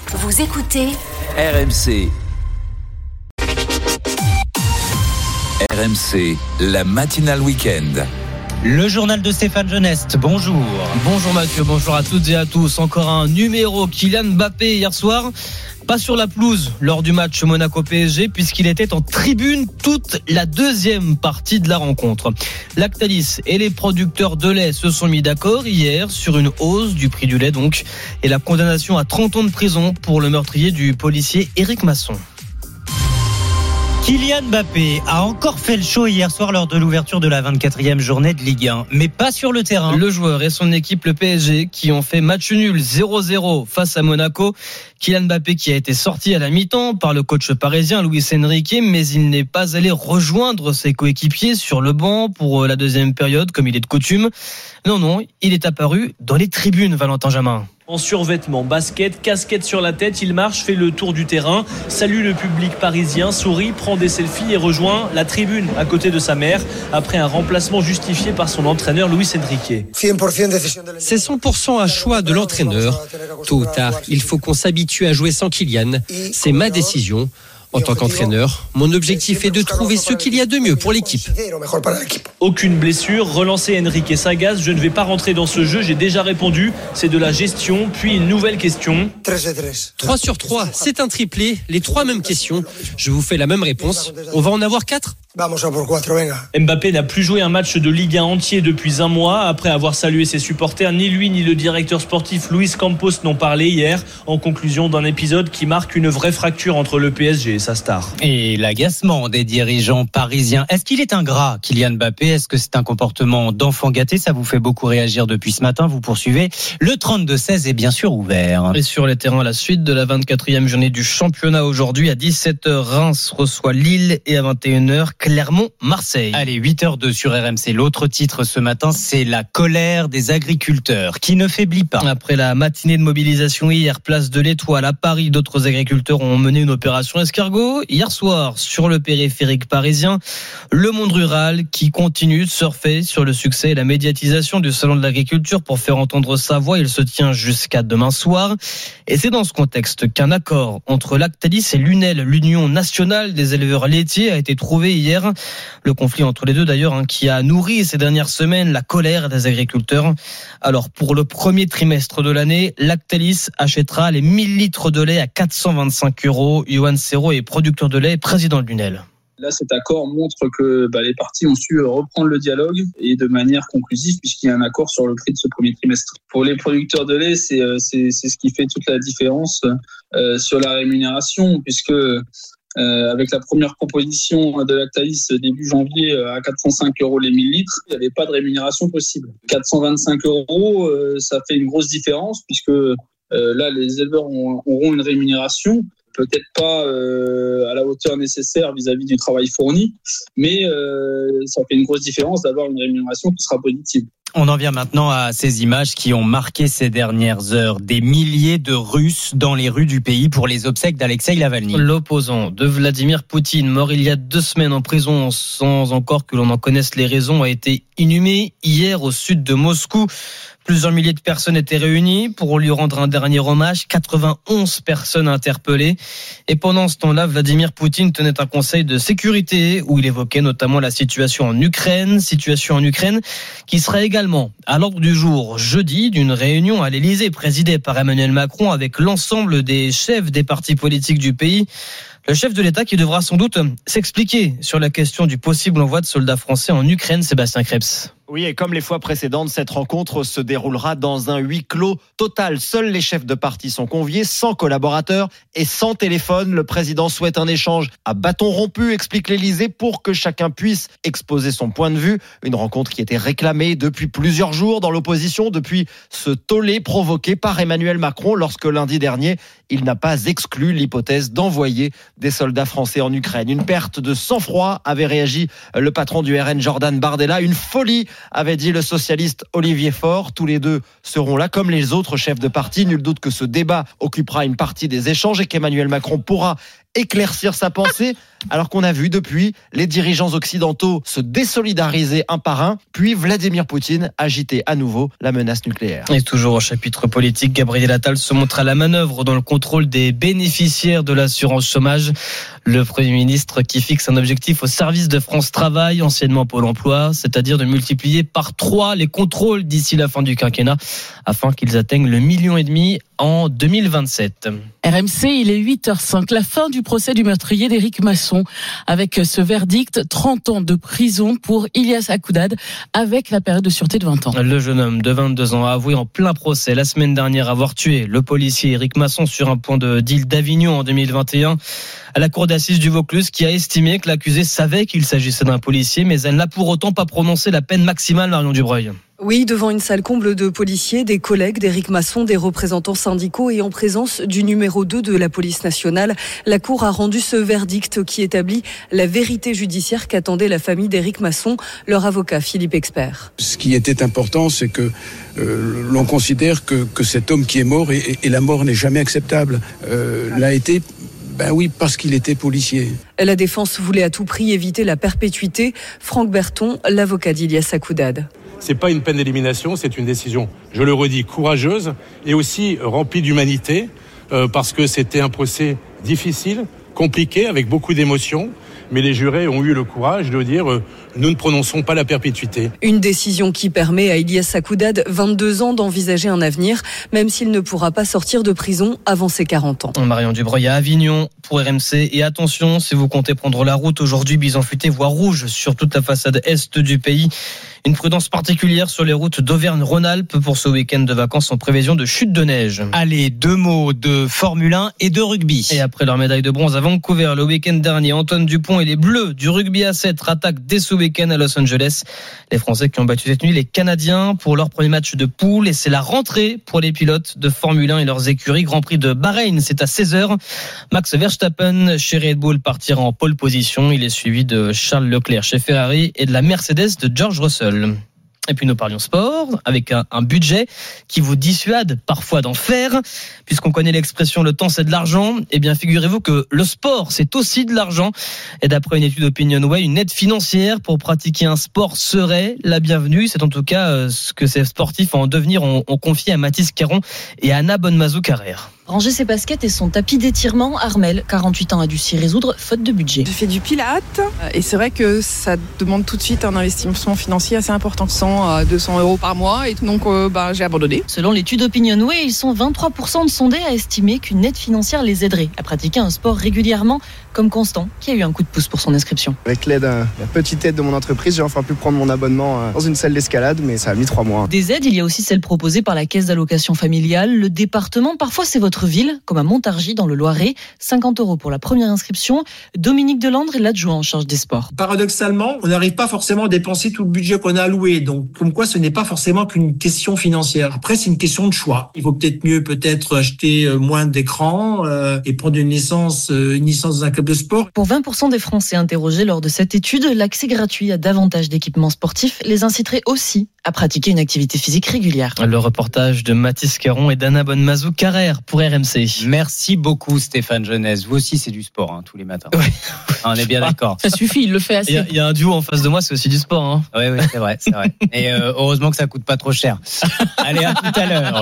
Vous écoutez RMC. RMC, la matinale week-end. Le journal de Stéphane Genest, bonjour. Bonjour Mathieu, bonjour à toutes et à tous. Encore un numéro, Kylian Mbappé hier soir. Pas sur la pelouse lors du match Monaco-PSG puisqu'il était en tribune toute la deuxième partie de la rencontre. Lactalis et les producteurs de lait se sont mis d'accord hier sur une hausse du prix du lait donc et la condamnation à 30 ans de prison pour le meurtrier du policier Éric Masson. Kylian Mbappé a encore fait le show hier soir lors de l'ouverture de la 24e journée de Ligue 1, mais pas sur le terrain. Le joueur et son équipe, le PSG, qui ont fait match nul 0-0 face à Monaco. Kylian Mbappé qui a été sorti à la mi-temps par le coach parisien Luis Enrique, mais il n'est pas allé rejoindre ses coéquipiers sur le banc pour la deuxième période, comme il est de coutume. Non, il est apparu dans les tribunes, Valentin Jamin. En survêtement, basket, casquette sur la tête, il marche, fait le tour du terrain, salue le public parisien, sourit, prend des selfies et rejoint la tribune à côté de sa mère après un remplacement justifié par son entraîneur Luis Enrique. C'est 100% un choix de l'entraîneur. Tôt ou tard, il faut qu'on s'habitue à jouer sans Kylian. C'est ma décision. En tant qu'entraîneur, mon objectif est de trouver ce qu'il y a de mieux pour l'équipe. Aucune blessure, relancé Enrique s'agace, je ne vais pas rentrer dans ce jeu, j'ai déjà répondu, c'est de la gestion, puis une nouvelle question. 3 sur 3, c'est un triplé, les 3 mêmes questions. Je vous fais la même réponse, on va en avoir 4 ? Mbappé n'a plus joué un match de Ligue 1 entier depuis un mois. Après avoir salué ses supporters, ni lui ni le directeur sportif Luis Campos n'ont parlé hier, en conclusion d'un épisode qui marque une vraie fracture entre le PSG et sa star. Et l'agacement des dirigeants parisiens. Est-ce qu'il est ingrat, Kylian Mbappé ? Est-ce que c'est un comportement d'enfant gâté ? Ça vous fait beaucoup réagir depuis ce matin, vous poursuivez. Le 32-16 est bien sûr ouvert. Et sur les terrains, la suite de la 24e journée du championnat aujourd'hui à 17h, Reims reçoit Lille et à 21h, Clermont-Marseille. Allez, 8h02 sur RMC. L'autre titre ce matin, c'est la colère des agriculteurs qui ne faiblit pas. Après la matinée de mobilisation hier, place de l'Étoile à Paris, d'autres agriculteurs ont mené une opération escargot. Hier soir, sur le périphérique parisien, le monde rural qui continue de surfer sur le succès et la médiatisation du salon de l'agriculture pour faire entendre sa voix. Il se tient jusqu'à demain soir. Et c'est dans ce contexte qu'un accord entre Lactalis et l'UNEL, l'Union nationale des éleveurs laitiers, a été trouvé hier. Le conflit entre les deux d'ailleurs qui a nourri ces dernières semaines la colère des agriculteurs. Alors pour le premier trimestre de l'année, Lactalis achètera les 1000 litres de lait à 425 €. Yoann Serrault est producteur de lait et président de l'UNEL. Là, cet accord montre que les parties ont su reprendre le dialogue et de manière conclusive puisqu'il y a un accord sur le prix de ce premier trimestre. Pour les producteurs de lait, c'est ce qui fait toute la différence sur la rémunération puisque avec la première proposition de Lactalis début janvier à 405 € les 1000 litres, il n'y avait pas de rémunération possible. 425 €, ça fait une grosse différence puisque là, les éleveurs auront une rémunération peut-être pas à la hauteur nécessaire vis-à-vis du travail fourni, mais ça fait une grosse différence d'avoir une rémunération qui sera positive. On en vient maintenant à ces images qui ont marqué ces dernières heures. Des milliers de Russes dans les rues du pays pour les obsèques d'Alexeï Navalny. L'opposant de Vladimir Poutine, mort il y a 2 semaines en prison sans encore que l'on en connaisse les raisons, a été inhumé hier au sud de Moscou. Plusieurs milliers de personnes étaient réunies pour lui rendre un dernier hommage. 91 personnes interpellées. Et pendant ce temps-là, Vladimir Poutine tenait un conseil de sécurité où il évoquait notamment la situation en Ukraine qui sera également à l'ordre du jour jeudi d'une réunion à l'Élysée présidée par Emmanuel Macron avec l'ensemble des chefs des partis politiques du pays. Le chef de l'État qui devra sans doute s'expliquer sur la question du possible envoi de soldats français en Ukraine, Sébastien Krebs. Oui, et comme les fois précédentes, cette rencontre se déroulera dans un huis clos total. Seuls les chefs de parti sont conviés, sans collaborateurs et sans téléphone. Le président souhaite un échange à bâton rompu, explique l'Élysée, pour que chacun puisse exposer son point de vue. Une rencontre qui était réclamée depuis plusieurs jours dans l'opposition, depuis ce tollé provoqué par Emmanuel Macron lorsque lundi dernier, il n'a pas exclu l'hypothèse d'envoyer des soldats français en Ukraine. Une perte de sang-froid, avait réagi le patron du RN Jordan Bardella. Une folie, avait dit le socialiste Olivier Faure. Tous les deux seront là comme les autres chefs de parti. Nul doute que ce débat occupera une partie des échanges et qu'Emmanuel Macron pourra éclaircir sa pensée, alors qu'on a vu depuis les dirigeants occidentaux se désolidariser un par un, puis Vladimir Poutine agiter à nouveau la menace nucléaire. Et toujours au chapitre politique, Gabriel Attal se montre à la manœuvre dans le contrôle des bénéficiaires de l'assurance chômage. Le Premier ministre qui fixe un objectif au service de France Travail, anciennement Pôle emploi, c'est-à-dire de multiplier par 3 les contrôles d'ici la fin du quinquennat, afin qu'ils atteignent le 1,5 million en 2027. RMC, il est 8h05, la fin du procès du meurtrier d'Éric Masson. Avec ce verdict, 30 ans de prison pour Ilyas Akoudad, avec la période de sûreté de 20 ans. Le jeune homme de 22 ans a avoué en plein procès la semaine dernière avoir tué le policier Éric Masson sur un point de deal d'Avignon en 2021. À la cour d'assises du Vaucluse, qui a estimé que l'accusé savait qu'il s'agissait d'un policier, mais elle n'a pour autant pas prononcé la peine maximale, Marion Dubreuil. Oui, devant une salle comble de policiers, des collègues d'Éric Masson, des représentants syndicaux et en présence du numéro 2 de la police nationale, la Cour a rendu ce verdict qui établit la vérité judiciaire qu'attendait la famille d'Éric Masson, leur avocat Philippe Expert. Ce qui était important, c'est que l'on considère que cet homme qui est mort, et la mort n'est jamais acceptable, l'a été... Ben oui, parce qu'il était policier. La défense voulait à tout prix éviter la perpétuité. Franck Berton, l'avocat d'Ilyas Akoudad. C'est pas une peine d'élimination, c'est une décision, je le redis, courageuse et aussi remplie d'humanité, parce que c'était un procès difficile, compliqué, avec beaucoup d'émotions. Mais les jurés ont eu le courage de dire nous ne prononçons pas la perpétuité. Une décision qui permet à Ilyas Akoudad, 22 ans, d'envisager un avenir, même s'il ne pourra pas sortir de prison avant ses 40 ans. Marion Dubreuil à Avignon pour RMC. Et attention, si vous comptez prendre la route aujourd'hui, bison futé, voie rouge sur toute la façade est du pays. Une prudence particulière sur les routes d'Auvergne-Rhône-Alpes pour ce week-end de vacances en prévision de chute de neige. Allez, 2 mots de Formule 1 et de rugby. Et après leur médaille de bronze à Vancouver le week-end dernier, Antoine Dupont et les Bleus du rugby à 7 rattaquent dès ce week-end à Los Angeles. Les Français qui ont battu cette nuit les Canadiens pour leur premier match de poule. Et c'est la rentrée pour les pilotes de Formule 1 et leurs écuries. Grand Prix de Bahreïn, c'est à 16h. Max Verstappen chez Red Bull partira en pole position. Il est suivi de Charles Leclerc chez Ferrari et de la Mercedes de George Russell. Et puis nous parlions sport avec un budget qui vous dissuade parfois d'en faire, puisqu'on connaît l'expression le temps c'est de l'argent. Eh bien figurez-vous que le sport c'est aussi de l'argent. Et d'après une étude OpinionWay, une aide financière pour pratiquer un sport serait la bienvenue. C'est en tout cas ce que ces sportifs en devenir ont confié à Mathis Caron et à Anna Bonnemazou-Carrère. Ranger ses baskets et son tapis d'étirement, Armel, 48 ans, a dû s'y résoudre faute de budget. J'ai fait du pilates et c'est vrai que ça demande tout de suite un investissement financier assez important, 100 à 200 euros par mois, et donc j'ai abandonné. Selon l'étude OpinionWay, ils sont 23% de sondés à estimer qu'une aide financière les aiderait à pratiquer un sport régulièrement, comme Constant, qui a eu un coup de pouce pour son inscription. Avec l'aide, la petite aide de mon entreprise, j'ai enfin pu prendre mon abonnement dans une salle d'escalade, mais ça a mis 3 mois. Des aides, il y a aussi celles proposées par la caisse d'allocation familiale, le département, parfois c'est votre ville, comme à Montargis dans le Loiret, 50 € pour la première inscription. Dominique Delandre est l'adjoint en charge des sports. Paradoxalement, on n'arrive pas forcément à dépenser tout le budget qu'on a alloué, donc comme quoi ce n'est pas forcément qu'une question financière. Après, c'est une question de choix. Il vaut peut-être mieux acheter moins d'écrans et prendre une licence dans un club de sport. Pour 20% des Français interrogés lors de cette étude, l'accès gratuit à davantage d'équipements sportifs les inciterait aussi à pratiquer une activité physique régulière. Le reportage de Mathis Caron et d'Anna Bonnemazou-Carrère pour RMC. Merci beaucoup Stéphane Jeunesse. Vous aussi c'est du sport tous les matins. Oui. On est bien d'accord. Ça suffit, il le fait assez. Il y a un duo en face de moi, c'est aussi du sport. Oui, c'est vrai. Et heureusement que ça coûte pas trop cher. Allez, à tout à l'heure.